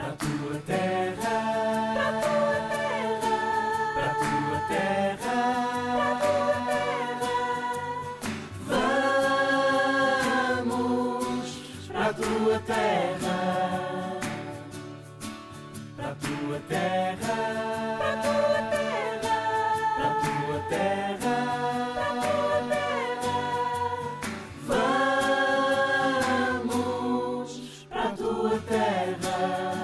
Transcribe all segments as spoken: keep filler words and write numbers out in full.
para a tua terra, para a tua terra, vamos para a tua terra, para a tua terra, para a tua terra, para a tua terra, vamos para a tua terra.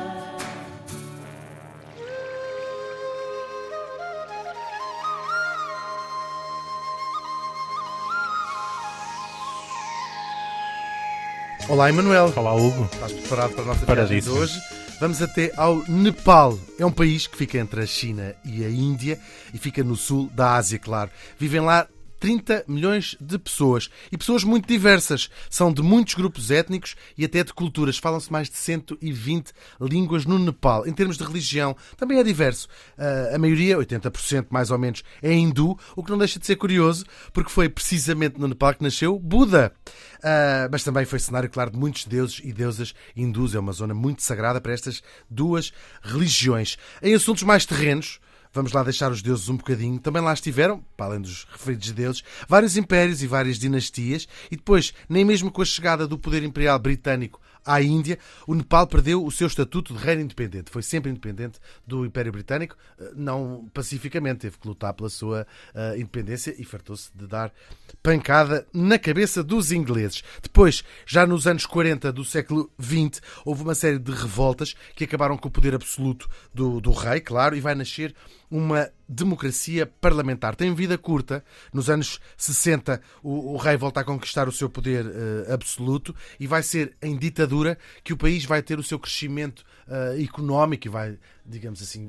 Olá, Emanuel. Olá, Hugo. Estás preparado para a nossa viagem de Paradíssimo. hoje? Vamos até ao Nepal. É um país que fica entre a China e a Índia e fica no sul da Ásia, claro. Vivem lá trinta milhões de pessoas e pessoas muito diversas. São de muitos grupos étnicos e até de culturas. Falam-se mais de cento e vinte línguas no Nepal. Em termos de religião, também é diverso. Uh, a maioria, oitenta por cento mais ou menos, é hindu, o que não deixa de ser curioso, porque foi precisamente no Nepal que nasceu Buda. Uh, mas também foi cenário, claro, de muitos deuses e deusas hindus. É uma zona muito sagrada para estas duas religiões. Em assuntos mais terrenos, vamos lá deixar os deuses um bocadinho. Também lá estiveram, para além dos referidos deuses, vários impérios e várias dinastias. E depois, nem mesmo com a chegada do poder imperial britânico à Índia, o Nepal perdeu o seu estatuto de reino independente. Foi sempre independente do Império Britânico, não pacificamente. Teve que lutar pela sua uh, independência e fartou-se de dar pancada na cabeça dos ingleses. Depois, já nos anos quarenta do século vinte, houve uma série de revoltas que acabaram com o poder absoluto do, do rei, claro, e vai nascer uma democracia parlamentar. Tem vida curta. Nos anos sessenta, o, o rei volta a conquistar o seu poder uh, absoluto e vai ser em ditadura que o país vai ter o seu crescimento uh, económico e vai, digamos assim,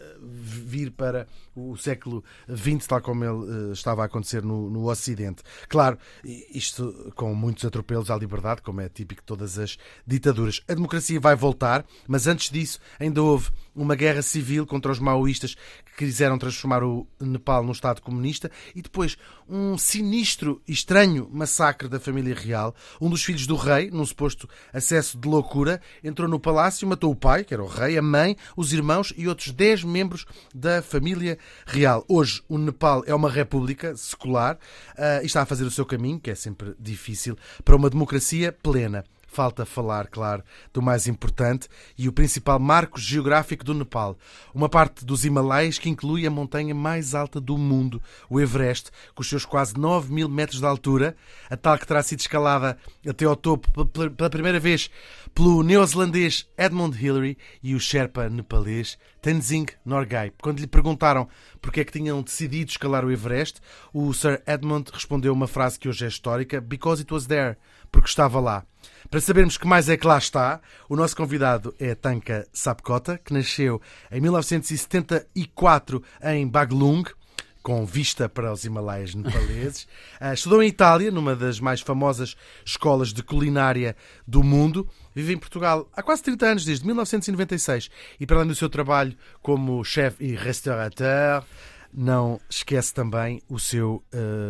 vir para o século vinte, tal como ele uh, estava a acontecer no, no Ocidente. Claro, isto com muitos atropelos à liberdade, como é típico de todas as ditaduras. A democracia vai voltar, mas antes disso ainda houve uma guerra civil contra os maoístas que quiseram transformar o Nepal num Estado comunista e depois um sinistro e estranho massacre da família real. Um dos filhos do rei, num suposto acesso de loucura, entrou no palácio, matou o pai, que era o rei, a mãe, os irmãos e outros dez membros da família real. Hoje o Nepal é uma república secular uh, e está a fazer o seu caminho, que é sempre difícil, para uma democracia plena. Falta falar, claro, do mais importante e o principal marco geográfico do Nepal. Uma parte dos Himalaias que inclui a montanha mais alta do mundo, o Everest, com os seus quase nove mil metros de altura, a tal que terá sido escalada até ao topo pela primeira vez pelo neozelandês Edmund Hillary e o Sherpa nepalês Tenzing Norgay. Quando lhe perguntaram porque é que tinham decidido escalar o Everest, o Sir Edmund respondeu uma frase que hoje é histórica: "Because it was there", porque estava lá. Para sabermos que mais é que lá está, o nosso convidado é Tanka Sapkota, que nasceu em mil novecentos e setenta e quatro em Bagelung, com vista para os Himalaias nepaleses. Estudou em Itália, numa das mais famosas escolas de culinária do mundo. Vive em Portugal há quase trinta anos, desde mil novecentos e noventa e seis. E para além do seu trabalho como chefe e restaurateur, não esquece também o seu,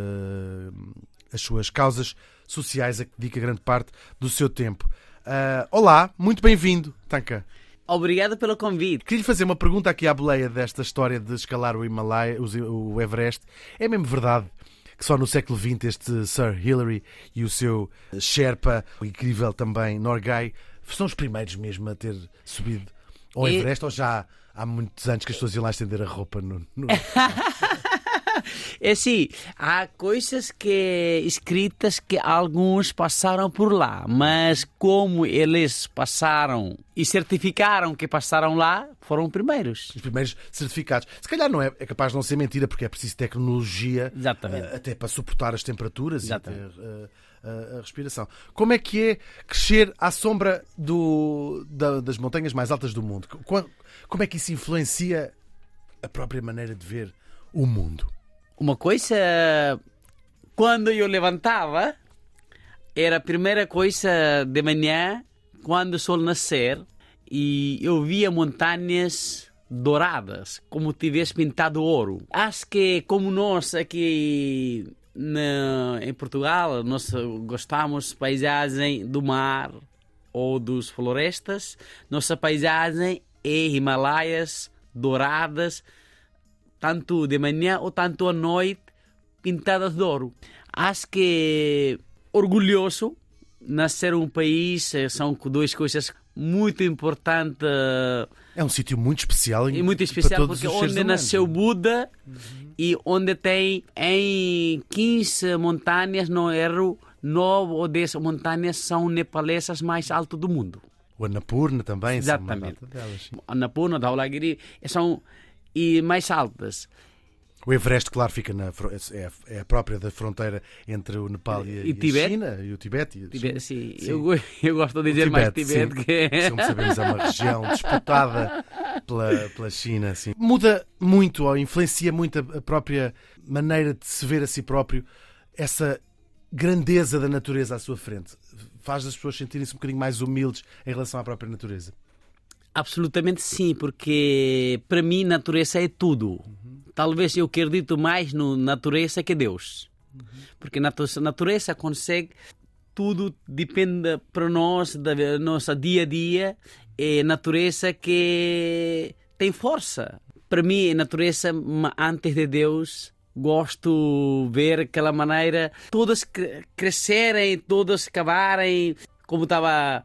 uh, as suas causas sociais a que dedica grande parte do seu tempo. Uh, olá, muito bem-vindo, Tanka. Obrigado pelo convite. Queria-lhe fazer uma pergunta aqui à boleia desta história de escalar o Himalaia, o Everest. É mesmo verdade que só no século vinte este Sir Hillary e o seu Sherpa, o incrível também Norgay, são os primeiros mesmo a ter subido ao Everest, e... ou já há muitos anos que as pessoas iam lá estender a roupa no... no... É assim, há coisas que escritas que alguns passaram por lá, mas como eles passaram e certificaram que passaram lá, foram os primeiros. Os primeiros certificados. Se calhar não é, é capaz de não ser mentira, porque é preciso tecnologia. Exatamente. Até para suportar as temperaturas. Exatamente. E ter, a, a respiração. Como é que é crescer à sombra do, da, das montanhas mais altas do mundo? Como é que isso influencia a própria maneira de ver o mundo? Uma coisa, quando eu levantava, era a primeira coisa de manhã, quando o sol nascer, e eu via montanhas douradas, como tivesse pintado ouro. Acho que, como nós aqui na, em Portugal, nós gostamos de paisagem do mar, ou dos florestas. Nossa paisagem é Himalaias douradas, tanto de manhã ou tanto à noite, pintadas de ouro. Acho que orgulhoso nascer um país, são duas coisas muito importantes. É um sítio muito especial. E muito especial porque onde nasceu Buda uhum. e onde tem em quinze montanhas, não erro, nove ou dez montanhas são nepalesas mais altas do mundo. O Annapurna também. Exatamente. Annapurna, Dhaulagiri, são e mais altas. O Everest, claro, fica na, é, é a própria da fronteira entre o Nepal e, e, e a China, e o Tibete. E a Tibete sim. Sim. Eu, eu gosto de dizer Tibete, mais Tibete. Sim. Que... Como sabemos, é uma região disputada pela, pela China. Sim. Muda muito, ou influencia muito a própria maneira de se ver a si próprio, essa grandeza da natureza à sua frente. Faz as pessoas sentirem-se um bocadinho mais humildes em relação à própria natureza? Absolutamente sim, porque para mim natureza é tudo. Uhum. Talvez eu acredito mais na natureza que Deus. Uhum. Porque a natureza consegue, tudo depende para nós, da nossa dia a dia, é a natureza que tem força. Para mim, a natureza, antes de Deus, gosto de ver aquela maneira, todas crescerem, todas acabarem, como estava...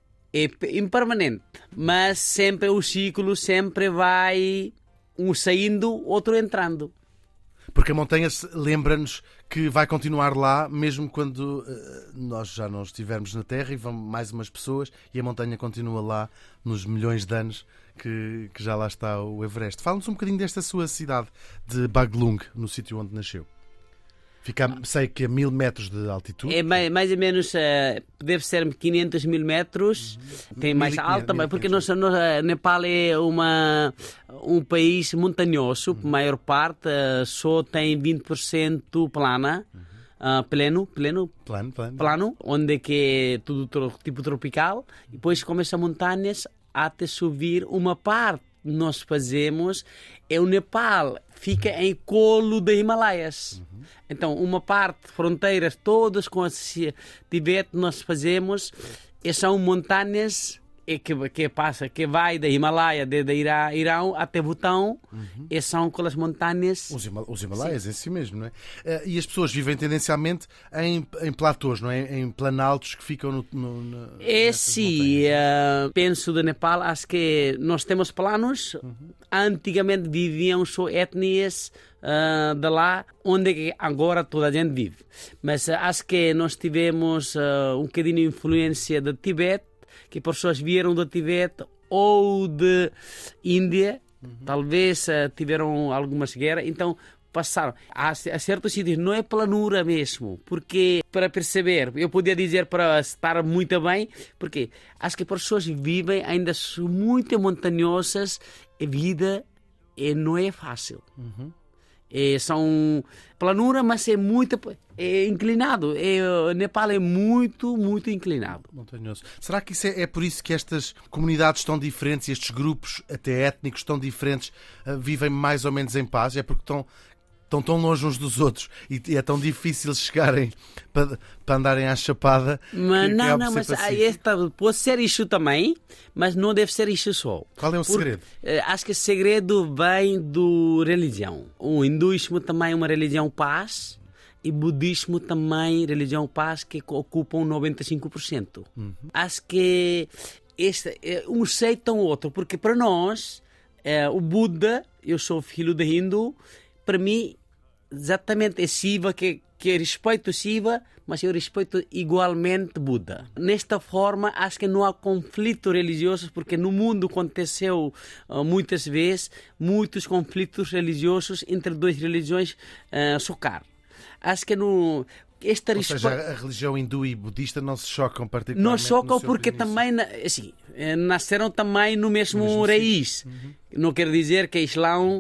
É impermanente, mas sempre o ciclo sempre vai um saindo, outro entrando. Porque a montanha lembra-nos que vai continuar lá, mesmo quando uh, nós já não estivermos na Terra e vão mais umas pessoas e a montanha continua lá nos milhões de anos que, que já lá está o Everest. Fala-nos um bocadinho desta sua cidade de Bagelung, no sítio onde nasceu. Fica, sei que a mil metros de altitude. É mais, mais ou menos, uh, deve ser quinhentos mil metros. Uhum. Tem mais alta, mas porque nós, nós, Nepal é uma, um país montanhoso, uhum. A maior parte uh, só tem vinte por cento plana, uhum. uh, pleno, pleno, plano, plano. plano, onde que é tudo tipo tropical. E depois começa a montanhas até subir uma parte. Nós fazemos é o Nepal, fica em colo dos Himalaias. Uhum. Então, uma parte, fronteiras todas com a Tibete, nós fazemos, e são montanhas que, que passa, que vai da Himalaia, desde Irã, Irão até Butão, uhum. E são aquelas montanhas... Os, Hima, os Himalaias sim. Em si mesmo, não é? E as pessoas vivem tendencialmente em, em platôs, não é? Em planaltos que ficam no... no, no é sim, uh, penso do Nepal, acho que nós temos planos, uhum. Antigamente viviam só etnias uh, de lá, onde agora toda a gente vive. Mas uh, acho que nós tivemos uh, um bocadinho de influência do Tibete, que pessoas vieram do Tibete ou de Índia, uhum. Talvez uh, tiveram algumas guerras, então passaram. A, a certos sítios não é planura mesmo, porque para perceber, eu podia dizer para estar muito bem, porque acho que as pessoas vivem ainda muito montanhosas, a vida é, não é fácil. Uhum. É, são planura, mas é muito é inclinado. É, o Nepal é muito, muito inclinado. Montanhoso. Será que isso é, é por isso que estas comunidades tão diferentes, estes grupos até étnicos tão diferentes, uh, vivem mais ou menos em paz? É porque estão, estão tão longe uns dos outros e, e é tão difícil chegarem para, para andarem à chapada? Mas, que, não, que não, mas esta, pode ser isso também, mas não deve ser isso só. Qual é o segredo? Porque, acho que o segredo vem do religião. O hinduísmo também é uma religião paz e o budismo também é religião paz que ocupam noventa e cinco por cento. Uhum. Acho que este, um aceitam o outro, porque para nós, é, o Buda, eu sou filho de hindu, para mim, exatamente é Shiva, que, que eu respeito Shiva, mas eu respeito igualmente Buda. Nesta forma, acho que não há conflitos religiosos, porque no mundo aconteceu uh, muitas vezes muitos conflitos religiosos entre duas religiões uh, chocar. Acho que no... Esta Ou seja, a religião hindu e budista não se chocam particularmente. Não chocam porque início. Também assim, nasceram também no mesmo, no mesmo raiz. Uhum. Não quer dizer que Islão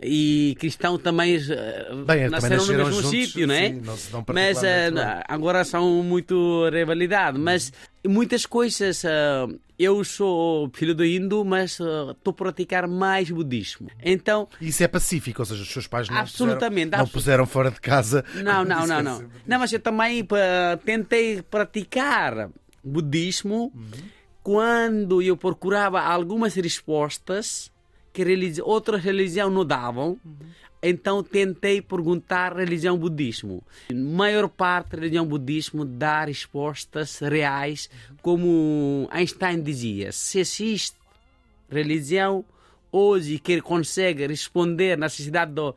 e cristão também Bem, nasceram também no mesmo juntos, sítio, não é? Sim, não se dão mas uh, agora são muito rivalidade. Mas uhum. Muitas coisas, uh, eu sou filho do hindu, mas estou uh, a praticar mais budismo. Então isso é pacífico, ou seja, os seus pais não, absolutamente, puseram, não puseram fora de casa. Não, não, não, não. Não, mas eu também uh, tentei praticar budismo, quando eu procurava algumas respostas que religi- outras religiões não davam, então tentei perguntar à religião budismo. A maior parte da religião budismo dá respostas reais, como Einstein dizia: se existe religião hoje que consegue responder à necessidade do,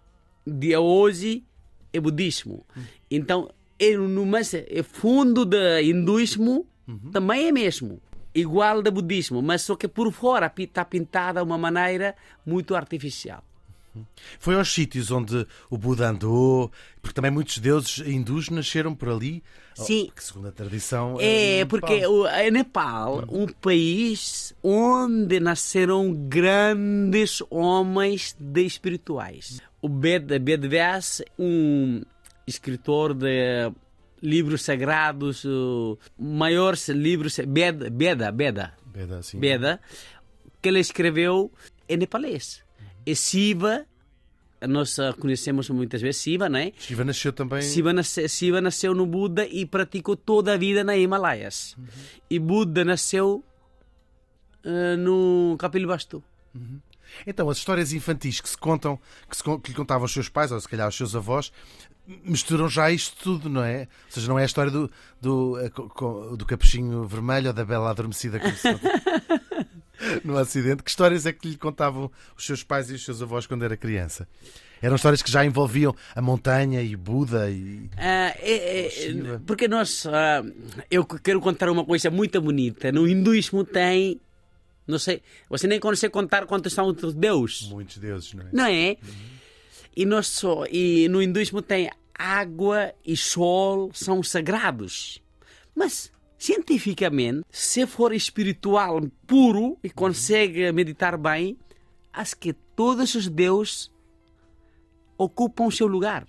de hoje, é budismo. Então, é no mas é fundo do hinduísmo também é mesmo igual do budismo, mas só que por fora está pintada de uma maneira muito artificial. Foi aos sítios onde o Buda andou, porque também muitos deuses hindus nasceram por ali. Sim. Que segundo a tradição É, é porque o é Nepal, um país onde nasceram grandes homens de espirituais. O Ved, Vedvyas, um escritor de livros sagrados, o maior livro, Veda, Veda, Veda, Veda, sim. Veda, que ele escreveu em nepalês. E Shiva, nós conhecemos muitas vezes Shiva, não é? Shiva nasceu também... Shiva, nasce, Shiva nasceu no Buda e praticou toda a vida na Himalaias. Uhum. E Buda nasceu uh, no Kapilavastu. Uhum. Então, as histórias infantis que se contam, que, se, que lhe contavam os seus pais, ou se calhar os seus avós, misturam já isto tudo, não é? Ou seja, não é a história do, do, do capuchinho vermelho ou da bela adormecida como se conta no Ocidente. Que histórias é que lhe contavam os seus pais e os seus avós quando era criança? Eram histórias que já envolviam a montanha e Buda e... Ah, é, é, porque nós... Ah, eu quero contar uma coisa muito bonita. No hinduísmo tem... Não sei... Você nem consegue contar quantos são os deuses. Muitos deuses, não é? Não é? Uhum. E, nós só, e no hinduísmo tem água e sol, são sagrados. Mas, cientificamente, se for espiritual puro e consegue meditar bem, acho que todos os deuses ocupam o seu lugar.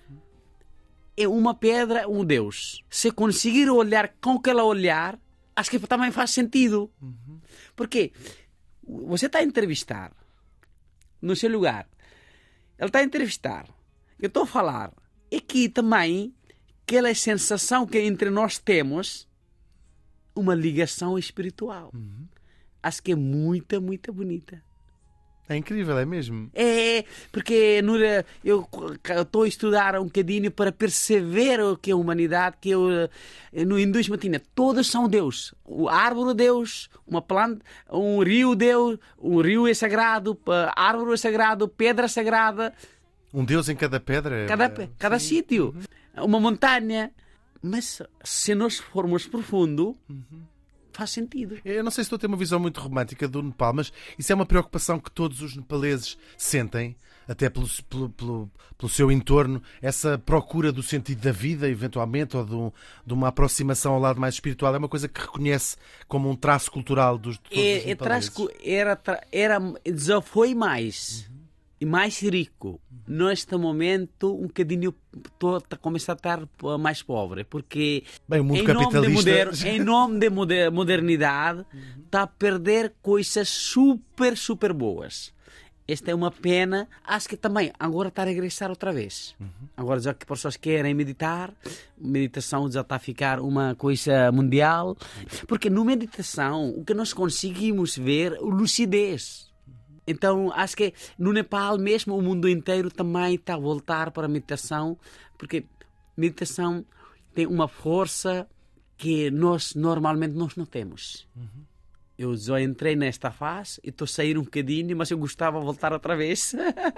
É uma pedra, um deus. Se conseguir olhar com aquele olhar, acho que também faz sentido. Porque você está a entrevistar no seu lugar. Ele está a entrevistar. Eu estou a falar. É que também aquela sensação que entre nós temos uma ligação espiritual. Uhum. Acho que é muito, muito bonita. É incrível, é mesmo? É, porque no, eu estou a estudar um bocadinho para perceber o que é a humanidade, que eu, no hinduísmo tinha, todos são Deus. O árvore é Deus, uma planta, um rio Deus, um rio é sagrado, árvore é sagrado, pedra sagrada. Um Deus em cada pedra? Cada, é... cada sítio. Uhum. Uma montanha. Mas se nós formos profundo... Uhum. Faz sentido. Eu não sei se estou a ter uma visão muito romântica do Nepal, mas isso é uma preocupação que todos os nepaleses sentem, até pelo, pelo, pelo, pelo seu entorno, essa procura do sentido da vida, eventualmente, ou de, um, de uma aproximação ao lado mais espiritual. É uma coisa que reconhece como um traço cultural dos, de todos é, os é nepaleses. Traço, era, era, já foi mais, uhum. e mais rico. Neste momento, um bocadinho, está a começar a estar mais pobre, porque Bem, o mundo em, capitalista... nome de moder, em nome de moder, modernidade, uhum. está a perder coisas super, super boas. Esta é uma pena. Acho que também agora está a regressar outra vez. Uhum. Agora já que as pessoas querem meditar, meditação já está a ficar uma coisa mundial, porque no meditação o que nós conseguimos ver é lucidez. Então, acho que no Nepal mesmo, o mundo inteiro também está a voltar para a meditação, porque meditação tem uma força que nós normalmente nós não temos. Uhum. Eu já entrei nesta fase e estou a sair um bocadinho, mas eu gostava de voltar outra vez.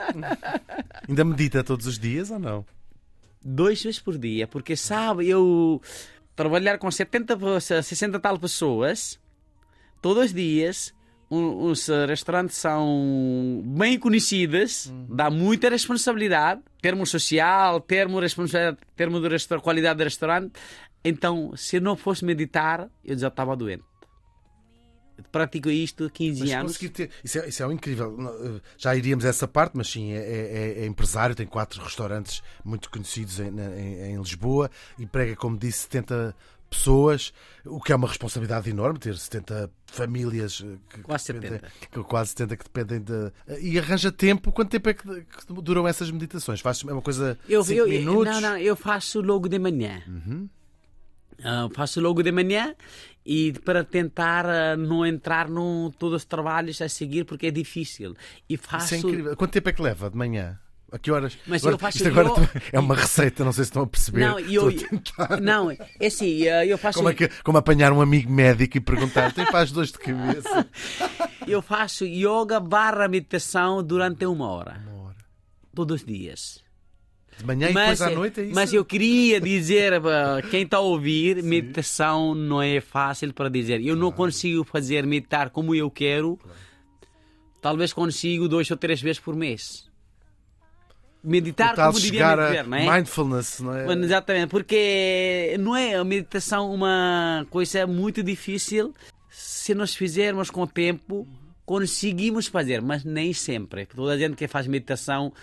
Ainda medita todos os dias ou não? Dois vezes por dia, porque sabe, eu trabalhar com setenta, sessenta tal pessoas, todos os dias... Os restaurantes são bem conhecidos, uhum. dá muita responsabilidade, termo social, termo, responsabilidade, termo de resta- qualidade do restaurante. Então, se não fosse meditar, eu já estava doente. Eu pratico isto há quinze mas anos. Ter... Isso, é, isso é incrível. Já iríamos a essa parte, mas sim, é, é, é empresário, tem quatro restaurantes muito conhecidos em, em, em Lisboa e prega, como disse, setenta pessoas, o que é uma responsabilidade enorme, ter setenta famílias que quase dependem, setenta. Que, quase setenta que dependem de... E arranja tempo. Quanto tempo é que, que duram essas meditações? Faz é uma coisa eu, cinco eu, minutos? Não, não, eu faço logo de manhã. Uhum. Uh, faço logo de manhã e para tentar uh, não entrar no todos os trabalhos a seguir porque é difícil. E faço... Isso é incrível. Quanto tempo é que leva de manhã? A que horas? Mas agora, eu faço isto agora eu... também é uma receita, não sei se estão a perceber. Não, eu, Estou a tentar. não, é assim, uh, eu faço Como, é que, como apanhar um amigo médico e perguntar: tem faz dores de cabeça? eu faço yoga barra meditação durante uma hora, Uma hora. todos os dias. De manhã e Mas, depois à noite, é isso? mas eu queria dizer a quem está a ouvir, meditação não é fácil para dizer. Eu não consigo fazer meditar como eu quero. Talvez consigo duas ou três vezes por mês. Meditar O tal como devia chegar meditar, a não é? mindfulness, não é? Mas, exatamente, porque não é a meditação uma coisa muito difícil. Se nós fizermos com o tempo, conseguimos fazer, mas nem sempre. Toda a gente que faz meditação,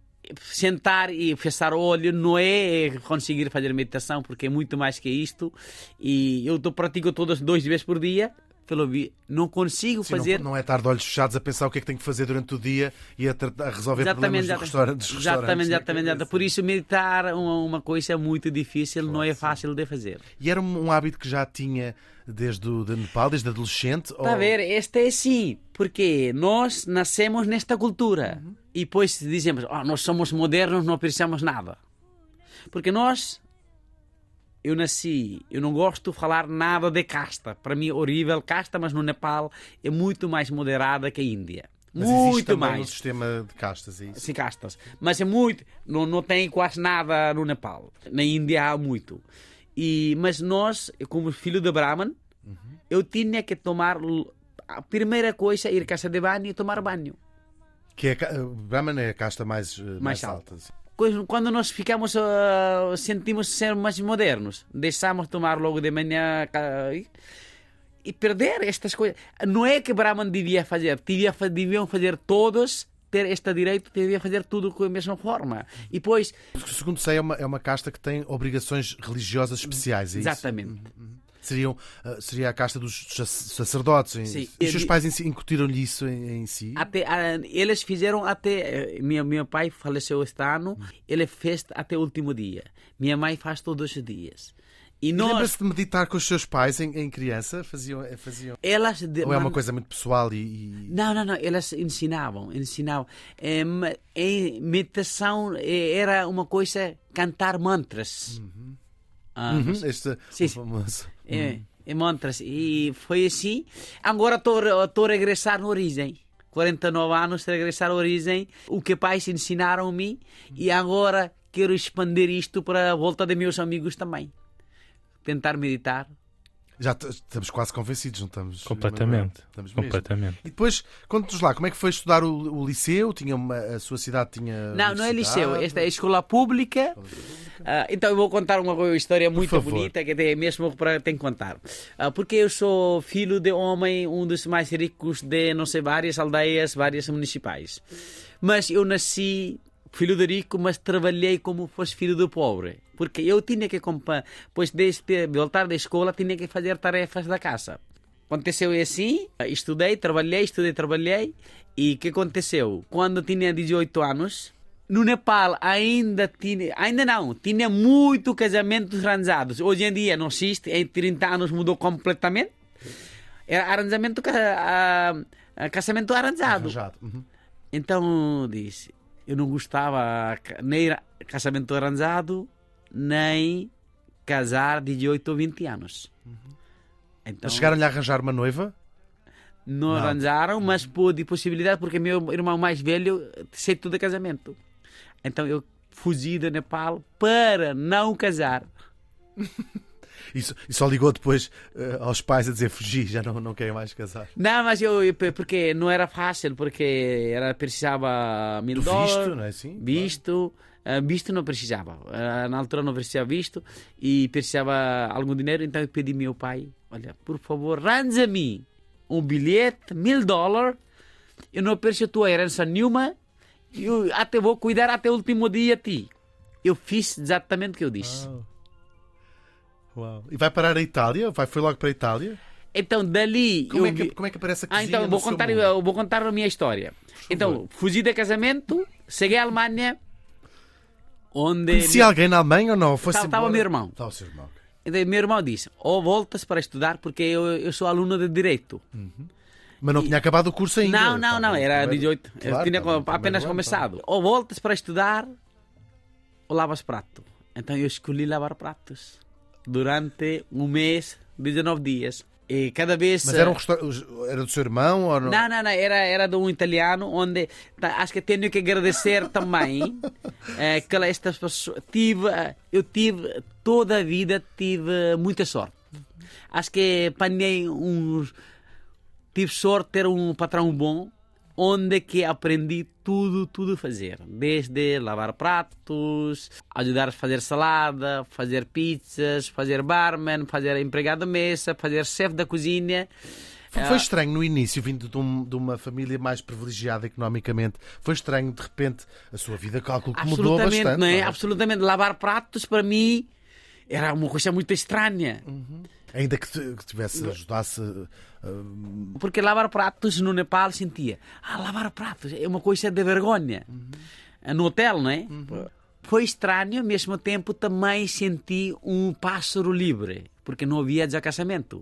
sentar e fechar o olho não é conseguir fazer meditação, porque é muito mais que isto. E eu tô, pratico todas duas vezes por dia. Pelo vi, não consigo Sim, fazer. Não, não é estar de olhos fechados a pensar o que é que tenho que fazer durante o dia e a, a resolver problemas do restaurante, dos exatamente, restaurantes. exatamente, exatamente. Por isso, meditar é uma, uma coisa muito difícil, claro, não é fácil de fazer. E era um, um hábito que já tinha desde o de Nepal, desde adolescente? Está ou... a ver, este é sim, porque nós nascemos nesta cultura uhum. e depois dizemos, oh, nós somos modernos, não precisamos nada. Porque nós. Eu nasci, eu não gosto de falar nada de casta. Para mim é horrível casta, mas no Nepal é muito mais moderada que a Índia. Mas muito mais. No sistema de castas, é isso? Sim, castas. Mas é muito, não, não tem quase nada no Nepal. Na Índia há muito. E, mas nós, como filho de Brahman, uhum. eu tinha que tomar, a primeira coisa, ir à casa de banho e tomar banho. Que é, Brahman é a casta mais, mais, mais alta. alta. Quando nós ficamos, uh, sentimos ser mais modernos, deixamos tomar logo de manhã uh, e perder estas coisas. Não é que Brahman devia fazer, devia, deviam fazer todos, ter este direito, devia fazer tudo com a mesma forma. E depois... Segundo sei, é uma, é uma casta que tem obrigações religiosas especiais, é exatamente. Isso? Uhum. Seriam, uh, seria a casta dos sacerdotes. Em... Sim. Os seus pais incutiram-lhe isso em, em si? Até, uh, eles fizeram até... Meu, meu pai faleceu este ano, hum. ele fez até o último dia. Minha mãe faz todos os dias. E nós... Lembra-se de meditar com os seus pais em, em criança? Faziam, faziam... Elas de... Ou é uma coisa muito pessoal e... e... Não, não, não. Elas ensinavam. ensinavam. É, em meditação era uma coisa... Cantar mantras. Uhum. Ah, uhum. Este sim, famoso... É, é mantras. E foi assim. Agora estou a regressar na origem. quarenta e nove anos a regressar à origem. O que pais ensinaram-me. E agora quero expandir isto para a volta de meus amigos também. Tentar meditar. Já estamos quase convencidos, não estamos? Completamente. Estamos Completamente. E depois, conte-nos lá, como é que foi estudar o, o liceu? Tinha uma, a sua cidade tinha... Não, não é liceu. Esta é a escola pública. Uh, então eu vou contar uma história muito bonita que é mesmo para tem que contar. Uh, porque eu sou filho de homem, um dos mais ricos de, não sei, várias aldeias, várias municipais. Mas eu nasci... filho de rico, mas trabalhei como fosse filho de pobre. Porque eu tinha que, pois desde voltar da escola, tinha que fazer tarefas da casa. Aconteceu assim, estudei, trabalhei, estudei, trabalhei. E o que aconteceu? Quando tinha dezoito anos, no Nepal ainda tinha, ainda não, tinha muito casamentos arranjados. Hoje em dia não existe, em trinta anos mudou completamente. Era arranjamento, a, a, casamento arranjado. arranjado. Uhum. Então disse... Eu não gostava nem casamento arranjado, nem casar de dezoito ou vinte anos. Uhum. Então, mas chegaram-lhe a arranjar uma noiva? Não, não. arranjaram, mas pôde possibilidade, porque meu irmão mais velho sei tudo de casamento. Então eu fugi do Nepal para não casar. Isso, e só ligou depois uh, aos pais a dizer fugi, já não, não querem mais casar. Não, mas eu, porque não era fácil, porque era, precisava mil dólares. Visto, não é assim? Visto, claro. uh, visto não precisava. Uh, na altura não precisava visto e precisava algum dinheiro, então eu pedi ao meu pai, olha, por favor, arranja-me um bilhete, mil dólares, eu não preciso a tua herança nenhuma, eu até vou cuidar até o último dia a ti. Eu fiz exatamente o que eu disse. Oh. Uau. E vai parar a Itália? Vai, foi logo para a Itália? Então, dali... Como, eu é, que, vi... como é que aparece a cozinha? Ah, então, eu vou, contar, eu vou contar a minha história. Então, fugi de casamento, cheguei à Alemanha, onde... Conhecia alguém na Alemanha ou não? Estava o meu irmão. Estava o seu irmão. Então, meu irmão disse, ou voltas para estudar, porque eu, eu sou aluno de Direito. Mas não tinha acabado o curso ainda. Não, não, não, Estava- era estava- dezoito. Eu Claro, tinha estava no apenas primeiro ano, começado. Ou voltas para estudar, ou lavas prato. Então eu escolhi lavar pratos. Durante um mês, dezenove dias. E cada vez... Mas era, um resta- era do seu irmão? Ou não? Não, não, não, era, era de um italiano, onde tá, acho que tenho que agradecer também eh, que estas pessoas. Tive, eh, eu tive, toda a vida, tive muita sorte. Acho que apanhei uns. Tive sorte de ter um patrão bom, onde que aprendi tudo, tudo a fazer. Desde lavar pratos, ajudar a fazer salada, fazer pizzas, fazer barman, fazer empregado de mesa, fazer chefe da cozinha. Foi, foi estranho no início, vindo de, um- de uma família mais privilegiada economicamente. Foi estranho, de repente, a sua vida, calculo que mudou Absolutamente, bastante. não é? não é? Absolutamente. Lavar pratos, para mim, era uma coisa muito estranha. Ainda que, te- que tivesse, ajudasse. ah, Porque lavar pratos no Nepal sentia, ah, lavar pratos é uma coisa de vergonha. No hotel, não é? Foi estranho, ao mesmo tempo também senti um pássaro livre, porque não havia desacasamento.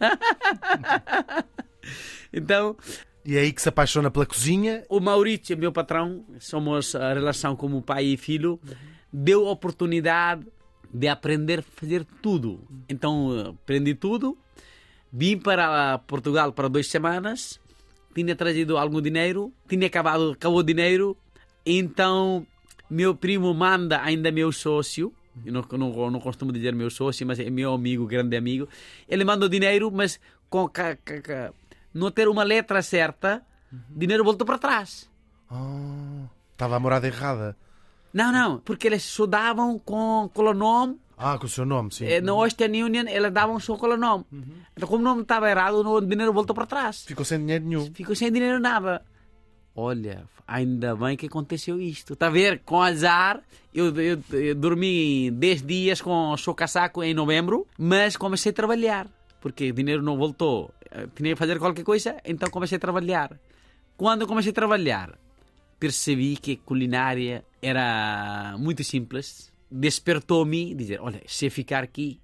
Então, E é aí que se apaixona pela cozinha. o Maurício, meu patrão, somos a relação como pai e filho, deu a oportunidade de aprender a fazer tudo. Então, aprendi tudo. Vim para Portugal para duas semanas. Tinha trazido algum dinheiro. Tinha acabado, acabou o dinheiro. Então, meu primo manda ainda meu sócio. Eu não, não, não costumo dizer meu sócio, mas é meu amigo, grande amigo. Ele manda o dinheiro, mas com ca- ca- ca- não ter uma letra certa, o dinheiro voltou para trás. Ah, estava a morada errada. Não, não, porque eles só davam com, com o nome. Ah, com o seu nome, sim. Eh, Na Western Union, eles davam só com o nome. Então, como o nome estava errado, o dinheiro voltou para trás. Ficou sem dinheiro nenhum. Ficou sem dinheiro nada. Olha, ainda bem que aconteceu isto. Está a ver? Com azar, eu, eu, eu dormi dez dias com o seu casaco em novembro, mas comecei a trabalhar. Porque o dinheiro não voltou. Eu tinha que fazer qualquer coisa, então comecei a trabalhar. Quando comecei a trabalhar, percebi que culinária era muito simples. Despertou-me dizer, olha, se eu ficar aqui,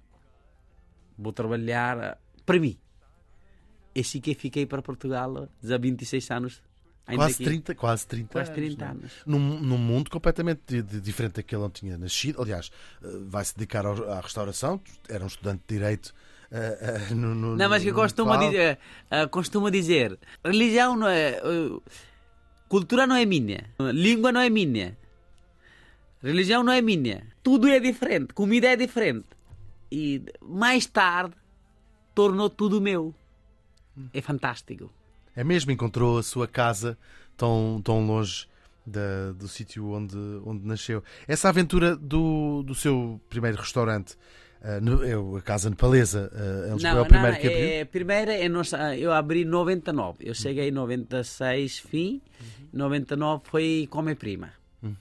vou trabalhar para mim. E assim que fiquei para Portugal, já há vinte e seis anos. Ainda Quase aqui. trinta, quase trinta Quase anos, trinta não é? anos. Num, num mundo completamente di- di- diferente daquele onde tinha nascido. Aliás, eh, vai-se dedicar ao- à restauração. Era um estudante de Direito. eh, eh, no, no, Não, mas que eu no costumo Nepal. dizer, ah, costumo dizer, religião não é, ah, cultura não é minha, língua não é minha, religião não é minha, tudo é diferente, comida é diferente. E mais tarde tornou tudo meu. É fantástico. É mesmo, encontrou a sua casa tão, tão longe da- do sítio onde, onde nasceu. Essa aventura do, do seu primeiro restaurante, eh, no- é o- a Casa Nepalesa, eh, em Lisboa, é o primeiro que abriu? é, primeira é nossa, eu abri em noventa e nove, eu cheguei em noventa e seis, fim, noventa e nove foi Come Prima.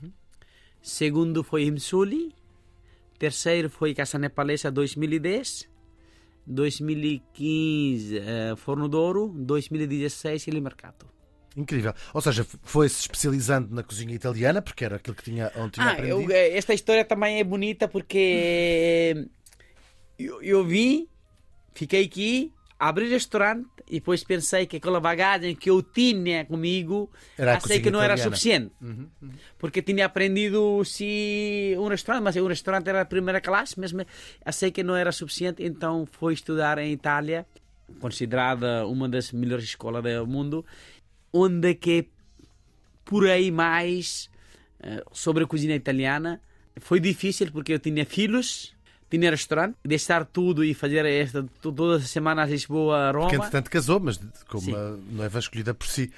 Segundo foi Imsuli, terceiro foi Casa Nepalesa dois mil e dez, dois mil e quinze eh, Forno Douro, dois mil e dezesseis Ilha Mercato. Incrível. Ou seja, foi-se especializando na cozinha italiana, porque era aquilo que tinha, onde tinha Ah, aprendido. eu, eh, esta história também é bonita porque eu, eu vim, fiquei aqui, abri restaurante e depois pensei que aquela bagagem que eu tinha comigo, Era a achei cozinha que não era italiana. suficiente. Porque tinha aprendido se um restaurante, mas o restaurante era a primeira classe, mesmo achei que não era suficiente, então fui estudar em Itália, considerada uma das melhores escolas do mundo, onde que por aí mais eh, sobre a cozinha italiana. Foi difícil porque eu tinha filhos, tinha restaurante, deixar tudo e fazer esta tu- todas as semanas a Lisboa, Roma. Que entretanto casou, mas como Sim. uma noiva escolhida por si.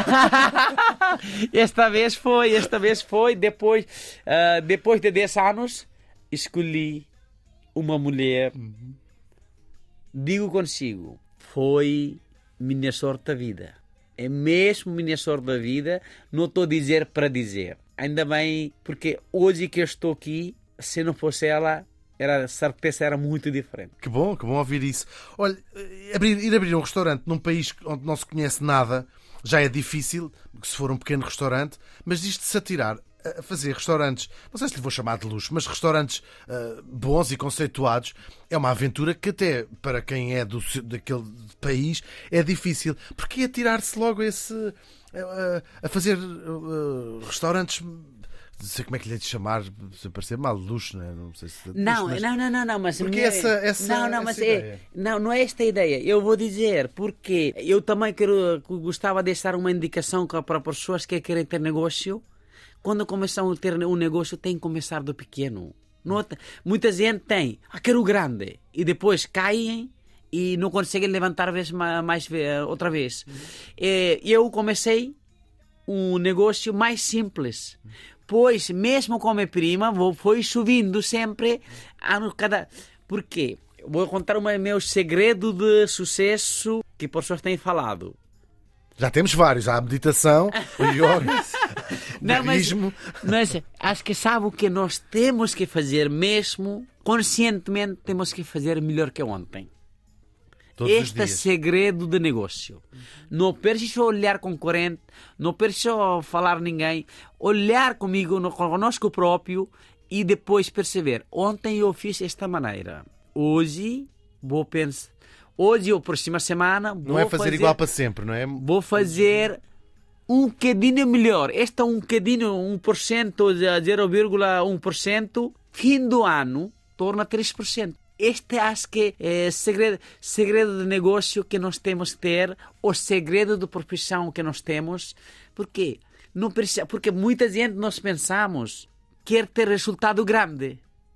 Esta vez foi, esta vez foi. Depois, ah, depois de dez anos, escolhi uma mulher. Digo consigo, foi minha sorte da vida. É mesmo minha sorte da vida. Não estou a dizer para dizer. Ainda bem, porque hoje que eu estou aqui, se não fosse ela, era, a certeza era muito diferente. Que bom, que bom ouvir isso. Olha, abrir, ir abrir um restaurante num país onde não se conhece nada já é difícil, se for um pequeno restaurante, mas isto de se atirar a fazer restaurantes, não sei se lhe vou chamar de luxo, mas restaurantes uh, bons e conceituados, é uma aventura que até para quem é do, daquele país é difícil. Porque atirar-se logo a esse... Uh, a fazer uh, restaurantes... Não sei como é que lhe é de chamar, se parecer mal, luxo, não é? Não sei se... Não, luxo, mas... não, não, não, não, mas... Porque minha... essa, essa, não, não, essa mas ideia. É... Não, não é esta a ideia. Eu vou dizer, porque eu também quero, gostava de deixar uma indicação para pessoas que querem ter negócio. Quando começam a ter um negócio, tem que começar do pequeno. Não, muita gente tem, ah, quero grande, e depois caem e não conseguem levantar vez mais, mais outra vez. E eu comecei um negócio mais simples. Pois, mesmo com a minha prima, vou, foi subindo sempre. Ano, cada... Por quê? Vou contar o meu segredo de sucesso que pessoas têm falado. Já temos vários. Há a meditação, o yoga, Não, o mas, budismo. mas acho que sabe o que nós temos que fazer mesmo, conscientemente temos que fazer melhor que ontem. Todos os Este dias. segredo de negócio. Não preciso olhar concorrente, não preciso falar ninguém. Olhar comigo, no, conosco próprio e depois perceber. Ontem eu fiz esta maneira. Hoje vou pensar. Hoje ou próxima semana vou Não é fazer, fazer igual para sempre, não é? Vou fazer um bocadinho melhor. Este é um bocadinho, um por cento, zero vírgula um por cento. Fim do ano, torna três por cento. Este acho que é o segredo, segredo de negócio que nós temos que ter, o segredo de profissão que nós temos. Por quê? Não precisa, porque muita gente nós pensamos quer ter resultado grande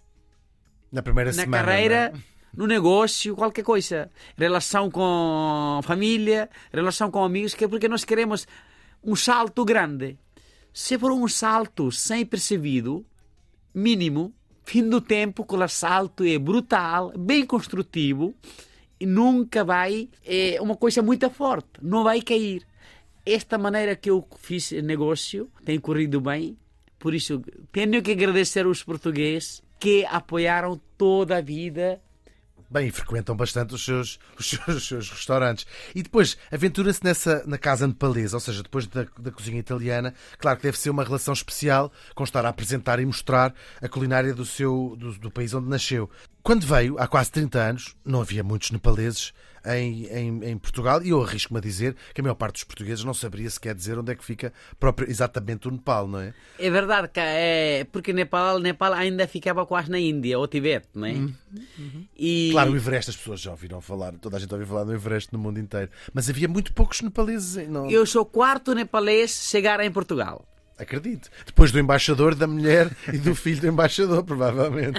Na primeira na semana. carreira, não é? no negócio, qualquer coisa. Relação com família, relação com amigos, que é porque nós queremos um salto grande. Se for um salto sem percebido, mínimo, fim do tempo, com o salto é brutal, bem construtivo, e nunca vai, é uma coisa muito forte, não vai cair. Esta maneira que eu fiz negócio tem corrido bem, por isso tenho que agradecer aos portugueses que apoiaram toda a vida. Bem, e frequentam bastante os seus, os seus, os seus restaurantes. E depois, aventura-se nessa, na casa nepalesa, ou seja, depois da, da cozinha italiana. Claro que deve ser uma relação especial com estar a apresentar e mostrar a culinária do, seu, do, do país onde nasceu. Quando veio, há quase trinta anos, não havia muitos nepaleses em, em, em Portugal, e eu arrisco-me a dizer que a maior parte dos portugueses não saberia sequer dizer onde é que fica próprio, exatamente o Nepal, não é? É verdade, que é, porque Nepal, Nepal ainda ficava quase na Índia, ou Tibete, não é? Uhum. E... Claro, o Everest, as pessoas já ouviram falar, toda a gente ouviu falar do Everest no mundo inteiro, mas havia muito poucos nepaleses. Não... Eu sou o quarto nepalês a chegar em Portugal. Acredito. Depois do embaixador, da mulher e do filho do embaixador, provavelmente.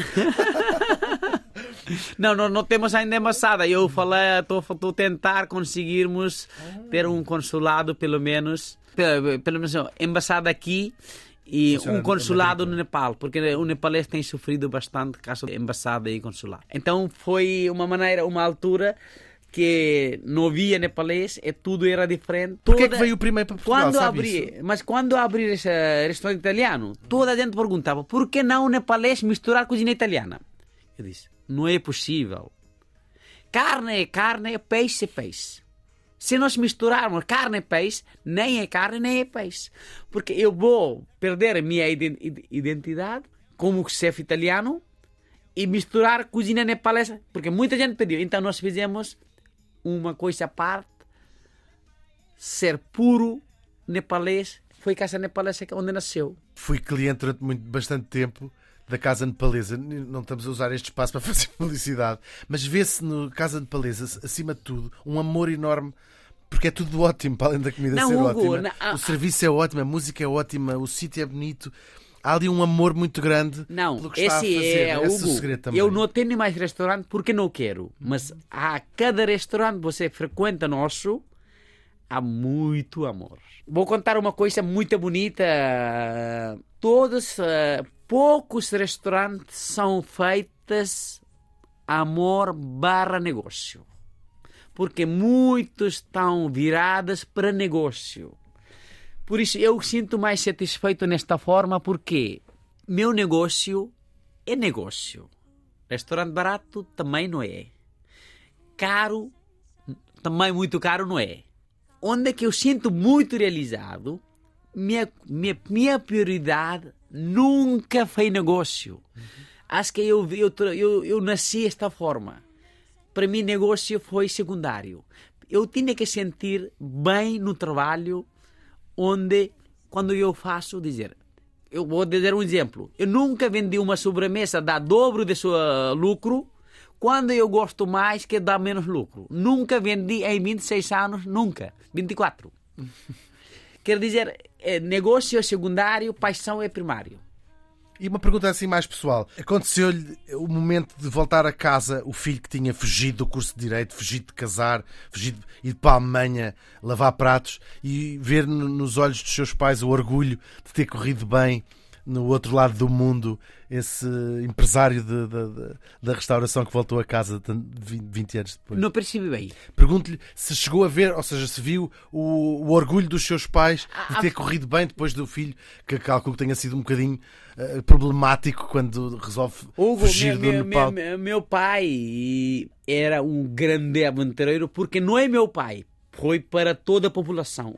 Não, não, não temos ainda embaixada. Eu falei, estou a tentar conseguirmos ter um consulado, pelo menos, pelo, pelo menos, embaixada aqui e Funciona um consulado na no Nepal, porque o nepalês tem sofrido bastante caso de embaixada e consulado. Então foi uma maneira, uma altura que não havia nepalês e tudo era diferente. Porquê é Toda... que veio primeiro para Portugal, Quando sabe abri, isso? mas quando abri esse restaurante italiano, toda a gente perguntava por que não o nepalês misturar cozinha italiana? Eu disse, não é possível. Carne é carne, peixe é peixe. Se nós misturarmos carne e peixe, nem é carne, nem é peixe. Porque eu vou perder a minha identidade como chefe italiano e misturar cozinha nepalesa. Porque muita gente pediu. Então nós fizemos uma coisa à parte, ser puro nepalês. Foi a casa nepalesa onde nasceu. Fui cliente durante muito, bastante tempo da Casa Nepalesa. Não estamos a usar este espaço para fazer publicidade, mas vê-se no Casa Nepalesa, acima de tudo, um amor enorme, porque é tudo ótimo, para além da comida Não, ser Hugo, ótima. não, ah, o serviço é ótimo, a música é ótima, o sítio é bonito. Há ali um amor muito grande Não, pelo que está a esse fazer. é, Esse Hugo, o segredo também. eu não tenho mais restaurante porque não quero, mas a cada restaurante você frequenta nosso, há muito amor. Vou contar uma coisa muito bonita. Todos, uh, poucos restaurantes são feitos amor barra negócio. Porque muitos estão virados para negócio. Por isso eu sinto mais satisfeito nesta forma, porque meu negócio é negócio. Restaurante barato também não é. Caro, também muito caro não é. Onde é que eu sinto muito realizado, minha, minha, minha prioridade nunca foi negócio. Uhum. Acho que eu, eu, eu, eu nasci desta forma. Para mim, negócio foi secundário. Eu tinha que sentir bem no trabalho, onde, quando eu faço, dizer... Eu vou dizer um exemplo. Eu nunca vendi uma sobremesa da dobro de seu lucro, quando eu gosto mais que dá menos lucro. Nunca vendi em vinte e seis anos, nunca. vinte e quatro. Quer dizer, negócio é secundário, paixão é primário. E uma pergunta assim mais pessoal. Aconteceu-lhe o momento de voltar a casa, o filho que tinha fugido do curso de Direito, fugido de casar, fugido de ir para a Alemanha lavar pratos, e ver nos olhos dos seus pais o orgulho de ter corrido bem no outro lado do mundo, esse empresário de, de, de, da restauração que voltou a casa vinte anos depois? Não percebi bem. Pergunto-lhe se chegou a ver, ou seja, se viu o, o orgulho dos seus pais de ter corrido bem depois do filho, que calculo que tenha sido um bocadinho uh, problemático quando resolve Hugo, fugir meu, do Nepal. Meu, meu, meu pai era um grande aventureiro, porque não é meu pai, foi para toda a população,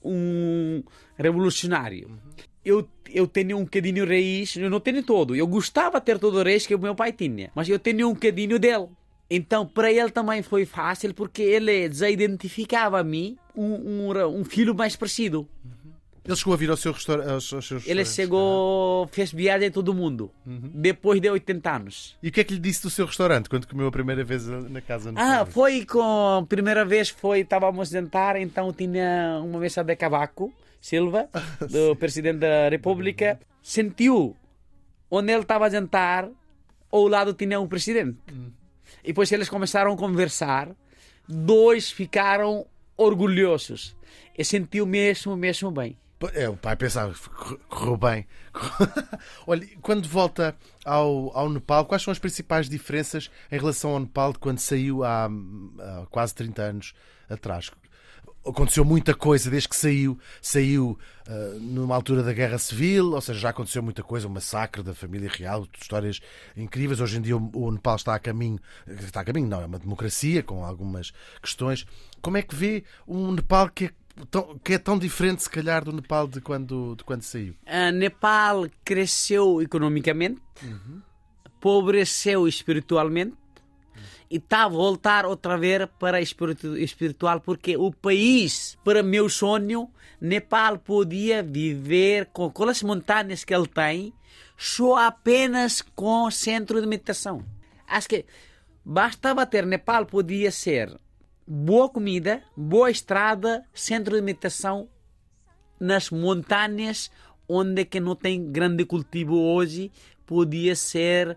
um revolucionário. Uhum. Eu, eu tenho um bocadinho raiz, eu não tenho todo. Eu gostava de ter todo o raiz que o meu pai tinha, mas eu tenho um bocadinho dele. Então, para ele também foi fácil, porque ele já identificava a mim um, um, um filho mais parecido. Uhum. Ele chegou a vir ao seu restaurante? Aos, aos seus ele chegou, fez viagem a todo mundo, uhum. depois de oitenta anos. E o que é que lhe disse do seu restaurante, quando comeu a primeira vez na casa? No ah, foi com... A primeira vez foi, estávamos a jantar, então tinha uma mesa de cavaco, Silva, do presidente da República, sentiu onde ele estava a jantar, ao lado tinha um presidente. Hum. E depois eles começaram a conversar, dois ficaram orgulhosos. E sentiu mesmo, mesmo bem. É, o pai pensava, correu bem. Olha, quando volta ao, ao Nepal, quais são as principais diferenças em relação ao Nepal de quando saiu há, há quase trinta anos atrás? Aconteceu muita coisa desde que saiu, saiu uh, numa altura da Guerra Civil, ou seja, já aconteceu muita coisa, o massacre da família real, histórias incríveis. Hoje em dia o, o Nepal está a caminho, está a caminho, não, é uma democracia com algumas questões. Como é que vê um Nepal que é tão, que é tão diferente, se calhar, do Nepal de quando, de quando saiu? O Nepal cresceu economicamente, uhum. Empobreceu espiritualmente, e está a voltar outra vez para espiritual, porque o país, para meu sonho, Nepal podia viver com aquelas montanhas que ele tem, só apenas com centro de meditação. Acho que bastava ter Nepal, podia ser boa comida, boa estrada, centro de meditação nas montanhas, onde que não tem grande cultivo hoje, podia ser...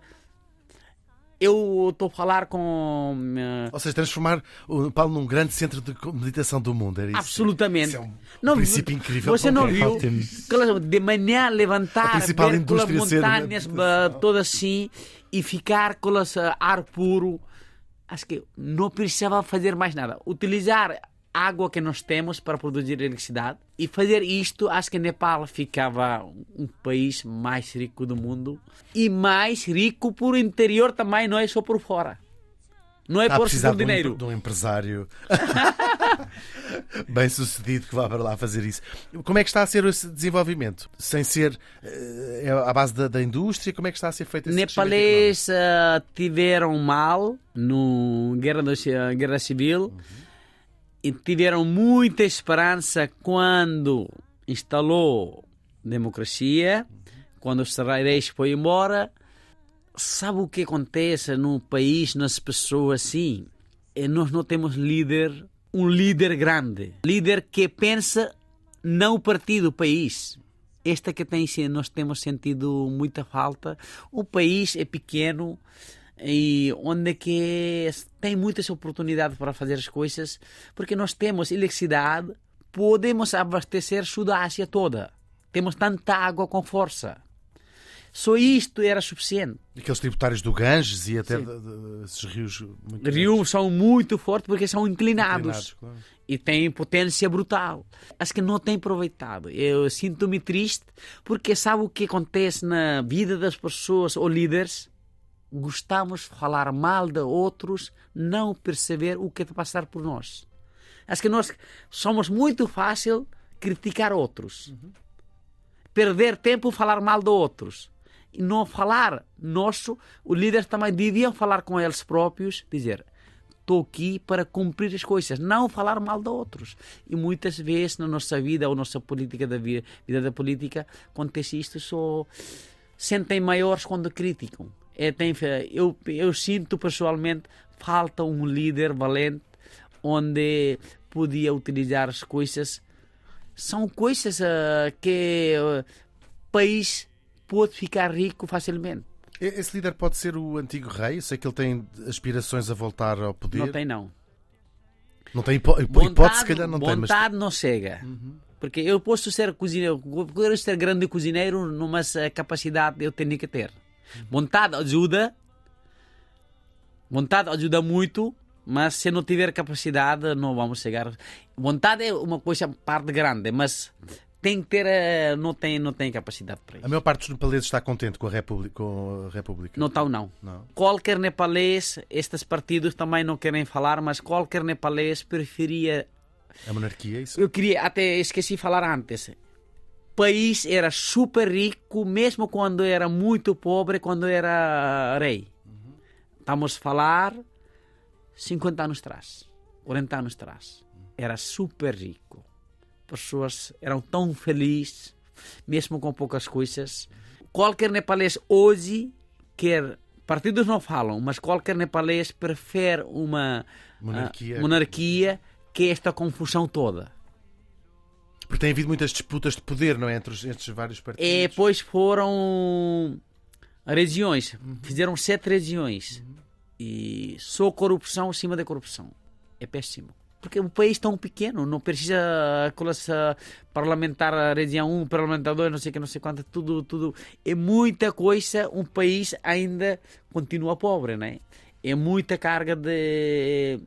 Eu estou a falar com... Uh... Ou seja, transformar o Nepal num grande centro de meditação do mundo. Era isso? Absolutamente. Isso é um não, princípio incrível. Você não viu? De manhã levantar, ver aquelas montanhas ser... todas assim e ficar com esse ar puro. Acho que não precisava fazer mais nada. Utilizar a água que nós temos para produzir eletricidade e fazer isto, acho que Nepal ficava um país mais rico do mundo e mais rico por interior também, não é só por fora. Não é por precisar por dinheiro. De um, de um empresário bem sucedido que vá para lá fazer isso. Como é que está a ser esse desenvolvimento? Sem ser uh, à base da, da indústria, como é que está a ser feito esse Nepalês uh, tiveram mal no guerra, do, uh, guerra civil. Uhum. E tiveram muita esperança quando instalou democracia, quando os reis foi embora. Sabe o que acontece no país, nas pessoas assim? É, nós não temos líder, um líder grande, líder que pensa não o partido, o país. Esta que tem, nós temos sentido muita falta. O país é pequeno, e onde que tem muitas oportunidades para fazer as coisas, porque nós temos eletricidade, podemos abastecer a Ásia toda, temos tanta água com força, só isto era suficiente. Aqueles tributários do Ganges e até de, de, esses rios muito rios grandes. São muito fortes porque são inclinados, inclinados claro. E têm potência brutal. Acho que não tem aproveitado. Eu sinto-me triste porque sabe o que acontece na vida das pessoas ou líderes? Gostamos de falar mal de outros, não perceber o que é de passar por nós. Acho que nós somos muito fácil criticar outros. Uhum. perder tempo falar mal de outros. E não falar nosso, os líderes também deviam falar com eles próprios, dizer, estou aqui para cumprir as coisas, não falar mal de outros. E muitas vezes na nossa vida, ou nossa política da vida, vida da política, acontece isto, só sentem maiores quando criticam. É, tem, eu, eu sinto pessoalmente, falta um líder valente, onde podia utilizar as coisas. São coisas uh, que o uh, país pode ficar rico facilmente. Esse líder pode ser o antigo rei? Eu sei que ele tem aspirações a voltar ao poder. Não tem, não. Não tem hipó vontade, hipótese, se calhar não tem. Vontade Mas... não chega. Uhum. Porque eu posso ser cozinheiro, posso ser grande cozinheiro, mas a capacidade eu tenho que ter. Vontade ajuda, vontade ajuda muito, mas se não tiver capacidade não vamos chegar. Vontade é uma coisa parte grande, mas tem que ter, não tem, não tem capacidade para isso. A maior parte dos nepaleses está contente com a República? Com a República? Não estão, não. não. Qualquer nepalês, estes partidos também não querem falar, mas qualquer nepalês preferia... A monarquia, isso? Eu queria, até esqueci de falar antes. O país era super rico, mesmo quando era muito pobre, quando era rei. Uhum. Estamos a falar cinquenta anos atrás, quarenta anos atrás. Era super rico. Pessoas eram tão felizes, mesmo com poucas coisas. Qualquer nepalês hoje quer... Partidos não falam, mas qualquer nepalês prefere uma monarquia, uh, monarquia que esta confusão toda. Porque tem havido muitas disputas de poder, não é? Entre os, estes vários partidos. E depois foram regiões. Uhum. Fizeram sete regiões. Uhum. E só corrupção acima da corrupção. É péssimo. Porque o país é tão pequeno, não precisa coisa parlamentar a região um, parlamentar dois, não sei o que, não sei quanto, tudo, tudo. É muita coisa, um país ainda continua pobre, né? É muita carga de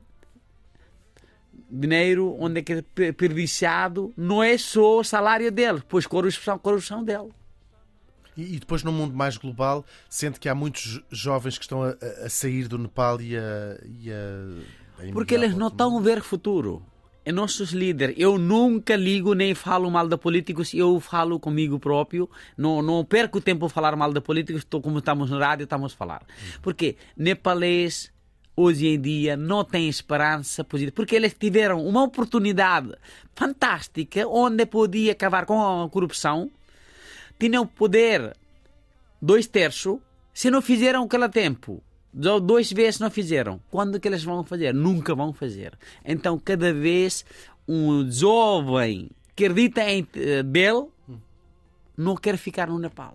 dinheiro onde é que é desperdiçado, não é só o salário dele, pois corrupção, corrupção dele. E, e depois no mundo mais global, sente que há muitos jovens que estão a, a sair do Nepal e a... E a, a Porque eles não estão a ver futuro. É nossos líderes. Eu nunca ligo nem falo mal de políticos, eu falo comigo próprio. Não, não perco tempo a falar mal de políticos, estou, como estamos no rádio, estamos a falar. Porque nepalês... hoje em dia não tem esperança positiva, porque eles tiveram uma oportunidade fantástica onde podia acabar com a corrupção, tinham poder dois terços, se não fizeram aquele tempo, dois vezes não fizeram, quando que eles vão fazer? Nunca vão fazer. Então cada vez um jovem que acredita em dele não quer ficar no Nepal,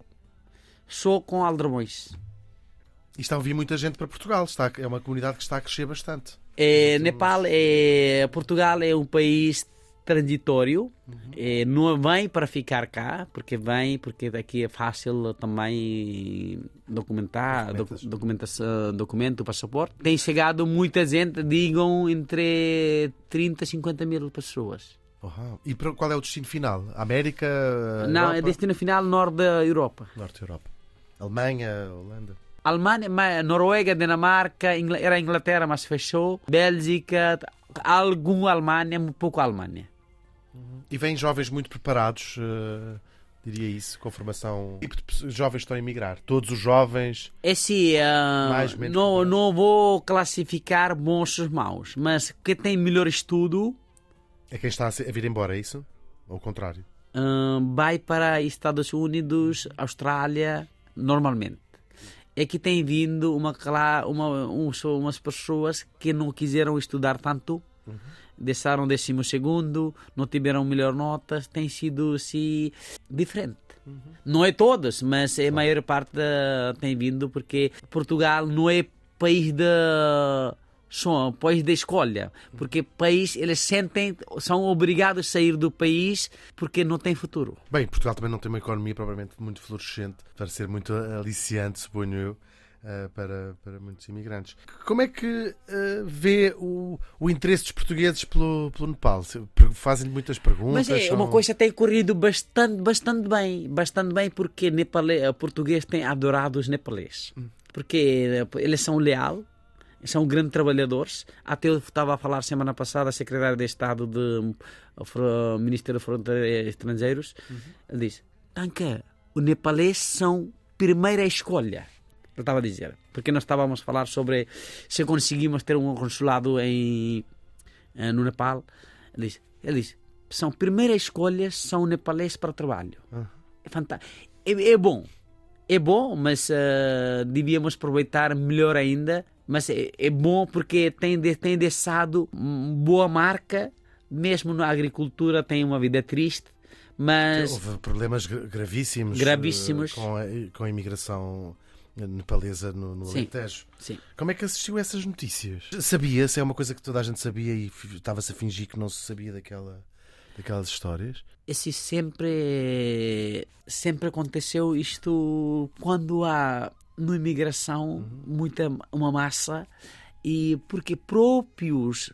só com aldrabões. E está a vir muita gente para Portugal. Está, é uma comunidade que está a crescer bastante. É, Nepal é... Portugal é um país transitório. Uhum. É, não vem para ficar cá, porque vem, porque daqui é fácil também documentar, doc, documentação, documento, passaporte. Tem chegado muita gente, digam, entre trinta e cinquenta mil pessoas. Uhum. E para, qual é o destino final? América? Não, Europa? É destino final norte da Europa. Norte da Europa. Alemanha, Holanda. Alemanha, Noruega, Dinamarca, Ingl... era Inglaterra, mas fechou. Bélgica, algum Alemanha, um pouco Alemanha. Uhum. E vêm jovens muito preparados, uh, diria isso, com formação. Que tipo de jovens estão a emigrar? Todos os jovens? É sim, uh, mais, menos não, não vou classificar bons ou maus, mas quem tem melhor estudo... É quem está a vir embora, é isso? Ou o contrário? Uh, vai para Estados Unidos, Austrália, normalmente. É que tem vindo uma, uma, umas pessoas que não quiseram estudar tanto, uhum. Deixaram o décimo segundo, não tiveram melhor notas, tem sido assim, diferente. Uhum. Não é todas, mas a maior parte da, tem vindo porque Portugal não é país de, só, país de escolha, porque país, eles sentem, são obrigados a sair do país porque não tem futuro. Bem, Portugal também não tem uma economia propriamente muito florescente, para ser muito aliciante, suponho eu, para, para muitos imigrantes. Como é que uh, vê o, o interesse dos portugueses pelo, pelo Nepal? Fazem-lhe muitas perguntas? Mas é são... uma coisa que tem corrido bastante, bastante bem, bastante bem, porque nepalês, português tem adorado os nepaleses, hum. porque eles são leais, são grandes trabalhadores. Até eu estava a falar semana passada, a secretária de Estado do Ministério das Fronteiras Estrangeiros, uhum. Ele disse, Tanca, os nepaleses são primeira escolha. Eu estava a dizer, porque nós estávamos a falar sobre se conseguimos ter um consulado em, no Nepal. Ele disse, ele disse são primeira escolha, são nepaleses para o trabalho. Ah. É fantástico. É, é bom. É bom, mas uh, devíamos aproveitar melhor ainda. Mas é, é bom porque tem, de, tem deixado boa marca, mesmo na agricultura tem uma vida triste, mas... Houve problemas gravíssimos, gravíssimos. Com, a, com a imigração nepalesa no, no sim, Alentejo. Sim. Como é que assistiu a essas notícias? Sabia-se? É uma coisa que toda a gente sabia e estava-se a fingir que não se sabia daquela, daquelas histórias? Esse sempre, sempre aconteceu isto quando há... na imigração, uhum. muita, uma massa, e porque próprios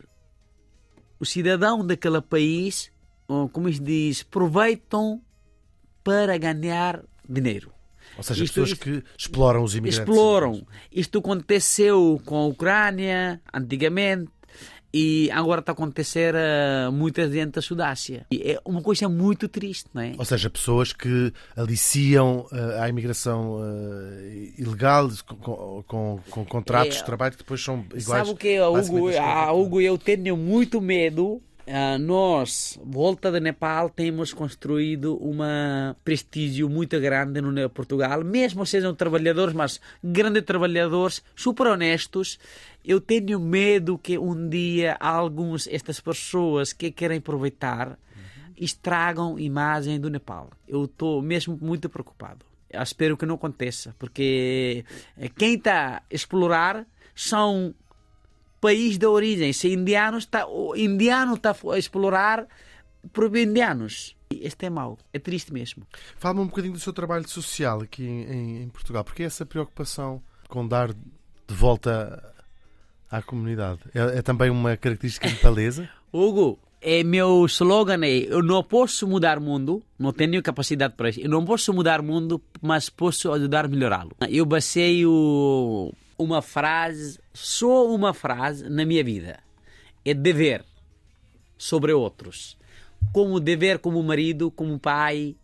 os cidadãos daquele país, como se diz, aproveitam para ganhar dinheiro. Ou seja, isto, pessoas isto, que exploram os imigrantes. Exploram. Isto aconteceu com a Ucrânia, antigamente, e agora está a acontecer uh, muita gente da Sudácia. E é uma coisa muito triste, não é? Ou seja, pessoas que aliciam uh, a imigração uh, ilegal com, com, com contratos é, de trabalho que depois são iguais. Sabe o que, Hugo? A Hugo, eu tenho muito medo. Uh, nós, volta de Nepal, temos construído um prestígio muito grande no Portugal, mesmo sejam trabalhadores, mas grandes trabalhadores, super honestos. Eu tenho medo que um dia alguns estas pessoas que querem aproveitar uhum. estragam a imagem do Nepal. Eu estou mesmo muito preocupado. Eu espero que não aconteça, porque quem está a explorar são país de origem. Se indiano está, o indiano está a explorar por indianos. Este é mau, é triste mesmo. Fala-me um bocadinho do seu trabalho social aqui em, em Portugal. Porque essa preocupação com dar de volta à comunidade é, é também uma característica nepalesa? Hugo, é meu slogan é: eu não posso mudar o mundo, não tenho capacidade para isso. Eu não posso mudar o mundo, mas posso ajudar a melhorá-lo. Eu baseio uma frase, só uma frase na minha vida. É dever sobre outros. Como dever como marido, como pai,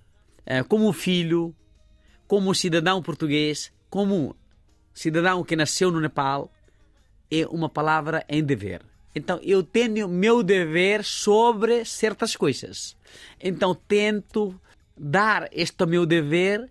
como filho, como cidadão português, como cidadão que nasceu no Nepal, é uma palavra em dever. Então eu tenho meu dever sobre certas coisas. Então tento dar este meu dever.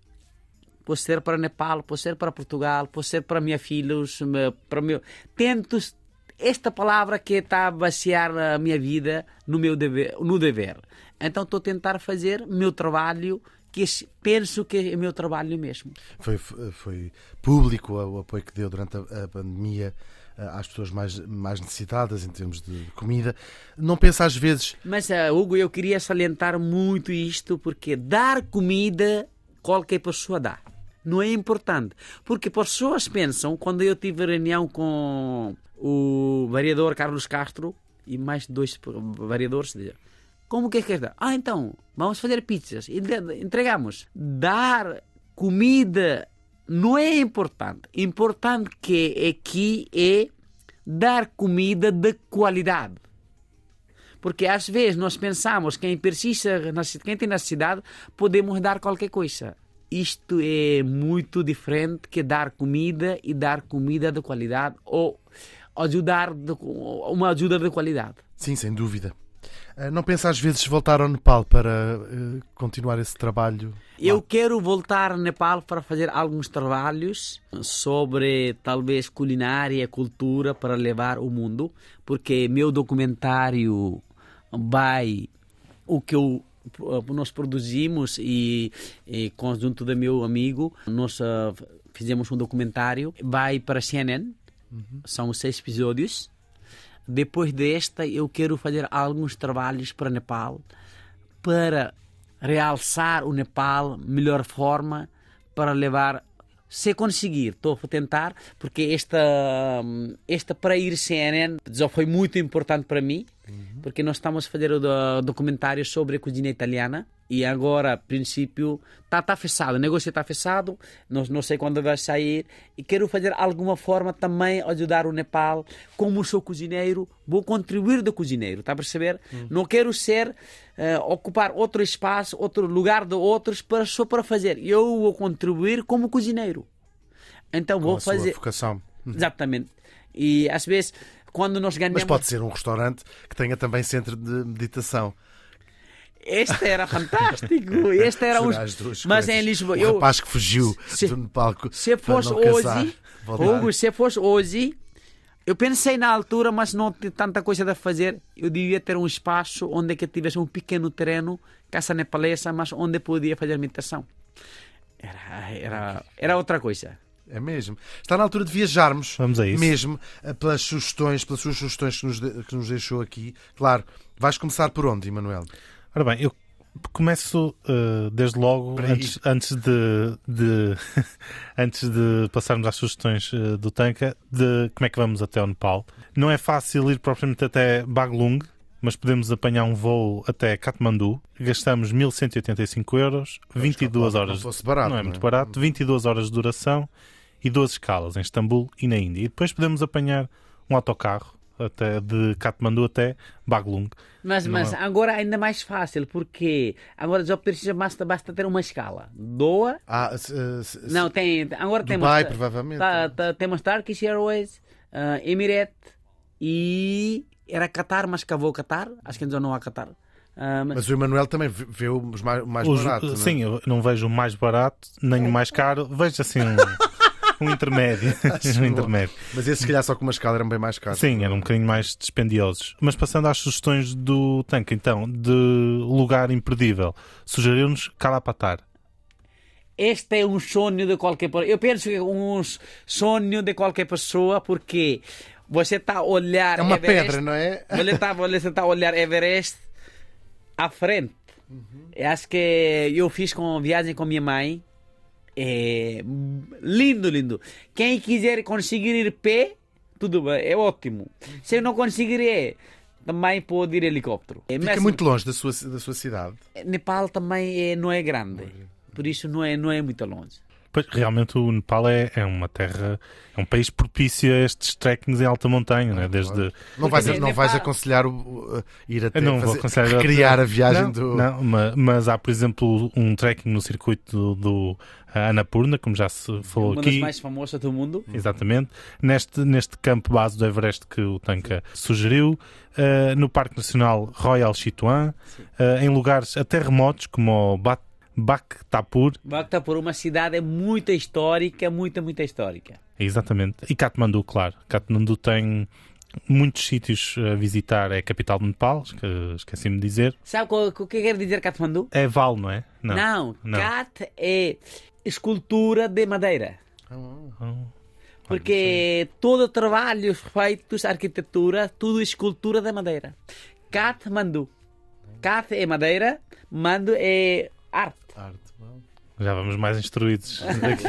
Pode ser para Nepal, pode ser para Portugal, pode ser para meus filhos, para meu... Tento esta palavra que está a basear a minha vida no meu dever, no dever. Então estou a tentar fazer meu trabalho, que penso que é meu trabalho mesmo. Foi, foi público o apoio que deu durante a, a pandemia às pessoas mais, mais necessitadas em termos de comida. Não pensa às vezes... Mas, uh, Hugo, eu queria salientar muito isto, porque dar comida qualquer pessoa dá. Não é importante. Porque pessoas pensam, quando eu tive reunião com o vereador Carlos Castro e mais dois vereadores, como que é que é? Ah, então, vamos fazer pizzas. Entregamos. Dar comida não é importante. Importante que aqui é dar comida de qualidade. Porque às vezes nós pensamos que quem precisa, quem tem necessidade, podemos dar qualquer coisa. Isto é muito diferente que dar comida e dar comida de qualidade ou ajudar de, uma ajuda de qualidade. Sim, sem dúvida. Não pensa às vezes voltar ao Nepal para uh, continuar esse trabalho? Eu lá? Quero voltar ao Nepal para fazer alguns trabalhos sobre talvez culinária, cultura para levar ao mundo, porque meu documentário vai o que eu nós produzimos e, e conjunto do meu amigo nós uh, fizemos um documentário, vai para a C N N, uhum. São seis episódios. Depois desta eu quero fazer alguns trabalhos para Nepal para realçar o Nepal melhor forma para levar, se conseguir, estou a tentar, porque esta, esta para ir C N N já foi muito importante para mim, porque nós estamos a fazer o do- documentário sobre a cozinha italiana e agora, a princípio, está tá fechado, o negócio está fechado, não, não sei quando vai sair e quero fazer alguma forma também ajudar o Nepal. Como sou cozinheiro, vou contribuir do cozinheiro, está a perceber? Não quero ser, eh, ocupar outro espaço, outro lugar de outros para, só para fazer. Eu vou contribuir como cozinheiro. Então Com vou a sua fazer... vocação. Exatamente. E às vezes, quando nós ganhamos... Mas pode ser um restaurante que tenha também centro de meditação. Este era fantástico. Este era um... Será as duas Mas coisas. em Lisboa... O eu... rapaz que fugiu Se- do palco Se para fosse não casar, hoje, voltar. Hugo, se fosse hoje, eu pensei na altura, mas não tinha tanta coisa a fazer. Eu devia ter um espaço onde é que tivesse um pequeno terreno, casa nepalesa, mas onde podia fazer meditação. Era, era, era outra coisa. É mesmo. Está na altura de viajarmos. Vamos a isso. Mesmo, eh, pelas sugestões, pelas suas sugestões que nos, de- que nos deixou aqui. Claro, vais começar por onde, Emanuel? Ora bem, eu começo uh, desde logo, Por aí. antes, antes, de, de antes de passarmos às sugestões uh, do Tanka, de como é que vamos até ao Nepal. Não é fácil ir propriamente até Baglung, mas podemos apanhar um voo até Katmandu. Gastamos mil cento e oitenta e cinco euros, vinte e duas Não horas. fosse barato, não é não é? muito barato, vinte e duas horas de duração e duas escalas em Istambul e na Índia. E depois podemos apanhar um autocarro até de Katmandu até Baglung. Mas, Não mas é- agora ainda mais fácil, porque agora já precisa, basta, basta ter uma escala. Doa. Ah, se- eh, se- Não, tem. Agora Dubai, temos. provavelmente. Tá, tá, temos Turkish Airways, ah, Emirates e. Era Qatar, mas cavou Qatar. Acho que ainda não há Qatar. Ah, mas- Mas o Emanuel também vê vê os mais, o mais Os- barato. não é? sim, eu não vejo o mais barato, nem o mais caro. Vejo assim um, um intermédio. Acho um bom. intermédio. Mas esse, se calhar, só com uma escala eram bem mais caros. Sim, eram um bocadinho mais dispendiosos. Mas passando às sugestões do Tanque, então, de lugar imperdível, sugeriu-nos Kalapatar. Este é um sonho de qualquer pessoa. Eu penso que é um sonho de qualquer pessoa, porque você está a olhar É uma Everest, pedra, não é? Você está, você está a olhar Everest à frente. Eu acho que eu fiz com viagem com minha mãe. É lindo, lindo. Quem quiser conseguir ir pé, tudo bem, é ótimo. Se não conseguir ir, também pode ir helicóptero. É, Fica mas, muito longe da sua, da sua cidade. Nepal também é, não é grande. Por isso não é, não é muito longe. Pois, realmente o Nepal é, é uma terra, é um país propício a estes trekkings em alta montanha, né? Desde... Não vais, Porque não vais Nepal- aconselhar o, o- ir até Eu não vou fazer, aconselhar recriar a viagem não, do... Não, ma- mas há, por exemplo, um trekking no circuito do, do Annapurna, como já se falou Uma aqui. das mais famosas do mundo. Exatamente. Neste, neste campo base do Everest que o Tanka sugeriu, uh, no Parque Nacional Royal Chitwan, uh, em lugares até remotos como o Bat Bhaktapur. Bhaktapur, uma cidade muito histórica, muito, muito histórica. Exatamente. E Katmandu, claro. Katmandu tem muitos sítios a visitar. É a capital do Nepal, esque- esqueci-me de dizer. Sabe o que quer dizer Katmandu? É Val, não é? Não, não. Kat é escultura de madeira. Oh. Porque todo o trabalho feito, arquitetura, tudo é escultura de madeira. Katmandu. Kat é madeira, Mandu é arte. Arte, bom. Já vamos mais instruídos daqui.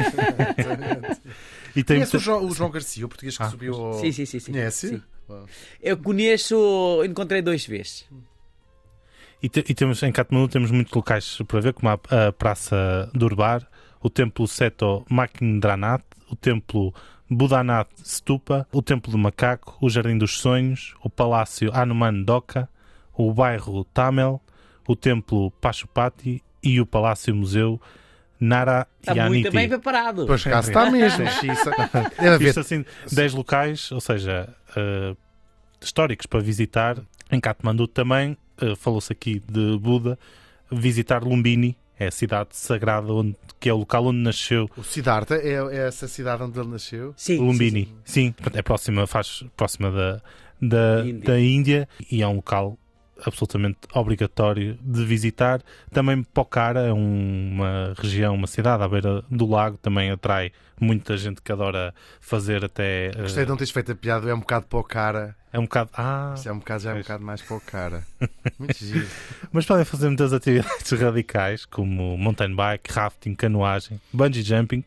E tem Conhece o muita- João, o João Garcia, o português que Ah, subiu ao... Sim, sim, sim, sim. Conhece? Sim. Bom. Eu conheço, encontrei duas vezes. E, te- e temos, em Katmandu temos muitos locais para ver, como a, a Praça Durbar, o Templo Seto Makindranath, o Templo Buddhanath Stupa, o Templo do Macaco, o Jardim dos Sonhos, o Palácio Hanuman Doka, o bairro Tamel, o Templo Pashupati e o Palácio Museu Está Narayaniti. muito bem preparado. Pois cá está mesmo. Isso- Deve haver Isto assim, dez locais, ou seja, eh, históricos para visitar. Em Katmandu também, eh, falou-se aqui de Buda, visitar Lumbini, é a cidade sagrada, onde, que é o local onde nasceu o Siddhartha, é, é essa cidade onde ele nasceu. Sim, Lumbini. sim, sim. Sim, portanto, é próxima, faz próxima da, da, Índia. da Índia e é um local absolutamente obrigatório de visitar. Também Pokhara é um- uma região, uma cidade à beira do lago, também atrai muita gente que adora fazer até... eh, Gostei de não teres feito a piada, é um bocado para o cara. é um bocado... Ah, Isto é um bocado, já é um pois. bocado mais para o cara. Muito giro. mas podem fazer muitas atividades radicais, como mountain bike, rafting, canoagem, bungee jumping e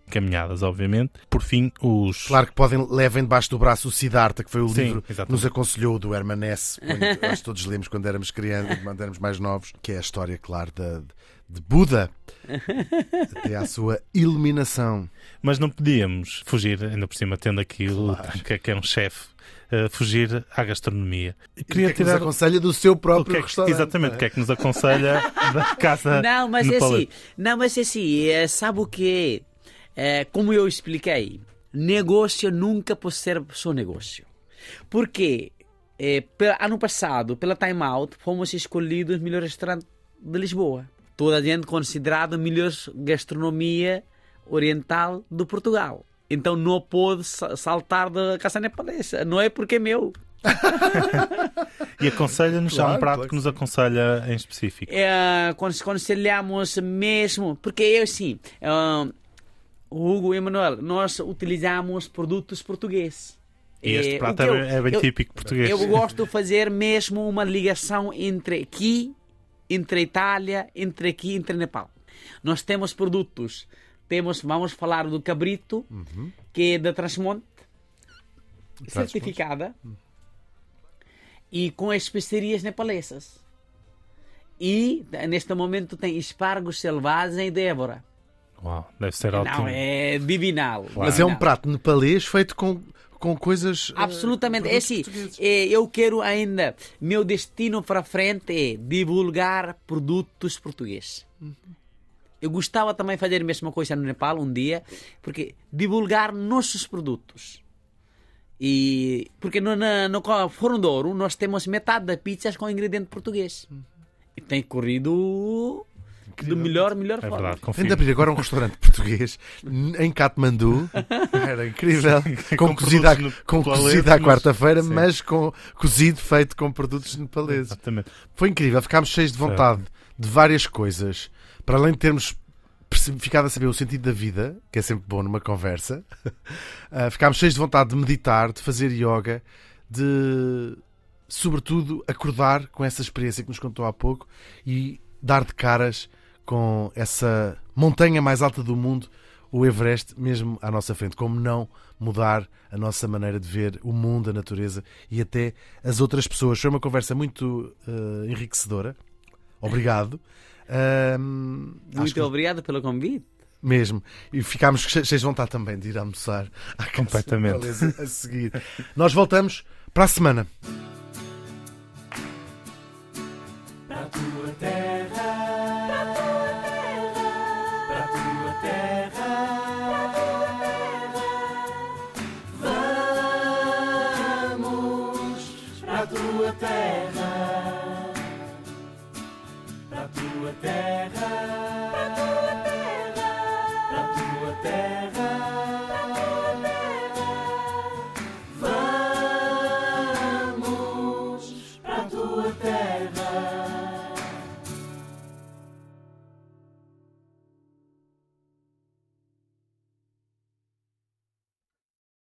caminhadas, obviamente. Por fim, os... Claro que podem, levem debaixo do braço o Siddhartha, que foi o Sim, livro que exatamente. nos aconselhou, do Hermann Hesse, quando nós todos lemos quando éramos crianças, quando éramos mais novos, que é a história, claro, da, de Buda, até à sua iluminação. Mas não podíamos fugir, ainda por cima, tendo aqui o Claro. Tanca, que é um chefe, uh, fugir à gastronomia. E o que é que nos aconselha do seu o próprio que é que- restaurante? exatamente, não o é? que é que nos aconselha da casa Não, mas é nepalesa. assim, não, mas é assim, é, sabe o que é? É, como eu expliquei, negócio nunca pode ser só negócio. Porque é, pe- ano passado, pela Time Out, fomos escolhidos o melhor restaurante de Lisboa. Toda a gente considerado a melhor gastronomia oriental de Portugal. Então não pode sa- saltar da casa nepalesa. Não é porque é meu. E aconselha-nos, há Claro, um prato claro que nos aconselha em específico. É, aconse- aconselhamos mesmo, porque eu assim, é, o Hugo e Emanuel, nós utilizamos produtos portugueses. E este É, o prato que é, eu- bem- é bem eu- típico português. Eu gosto de fazer mesmo uma ligação entre aqui, entre a Itália, entre aqui, entre Nepal. Nós temos produtos, temos, vamos falar do cabrito, que é da Transmonte, certificada, e com as especiarias nepalesas. E neste momento tem espargos selvagens de Évora. Uau, deve ser ótimo. Não, é divinal. Mas é um divinal. prato nepalês feito com, com coisas... eh, Absolutamente. É produtos assim, portugueses. é, eu quero ainda, meu destino para frente é divulgar produtos portugueses. Eu gostava também de fazer a mesma coisa no Nepal um dia, porque divulgar nossos produtos. E porque no, na- no Forno de Ouro nós temos metade das pizzas com ingrediente português. E tem corrido do melhor, melhor É forma. verdade, Tem confio. de abrir agora um restaurante português em Katmandu. Era incrível. Com, Com cozido à, produtos com nepaleses, cozido à mas- quarta-feira, sim. mas com cozido feito com produtos nepaleses. Exatamente. Foi incrível. Ficámos cheios de vontade de várias coisas. Para além de termos perce- ficado a saber o sentido da vida, que é sempre bom numa conversa, ah, ficámos cheios de vontade de meditar, de fazer yoga, de, sobretudo, acordar com essa experiência que nos contou há pouco e dar de caras com essa montanha mais alta do mundo, o Everest, mesmo à nossa frente. Como não mudar a nossa maneira de ver o mundo, a natureza e até as outras pessoas. Foi uma conversa muito ah, enriquecedora. Obrigado. Ahm, acho Muito que- obrigado pelo convite. mesmo. E ficámos che- cheios de vontade também de ir almoçar à casa Completamente. nepalesa a seguir. Nós voltamos para a semana. Para a tua terra, para a tua terra, vamos para a tua terra, para a tua terra.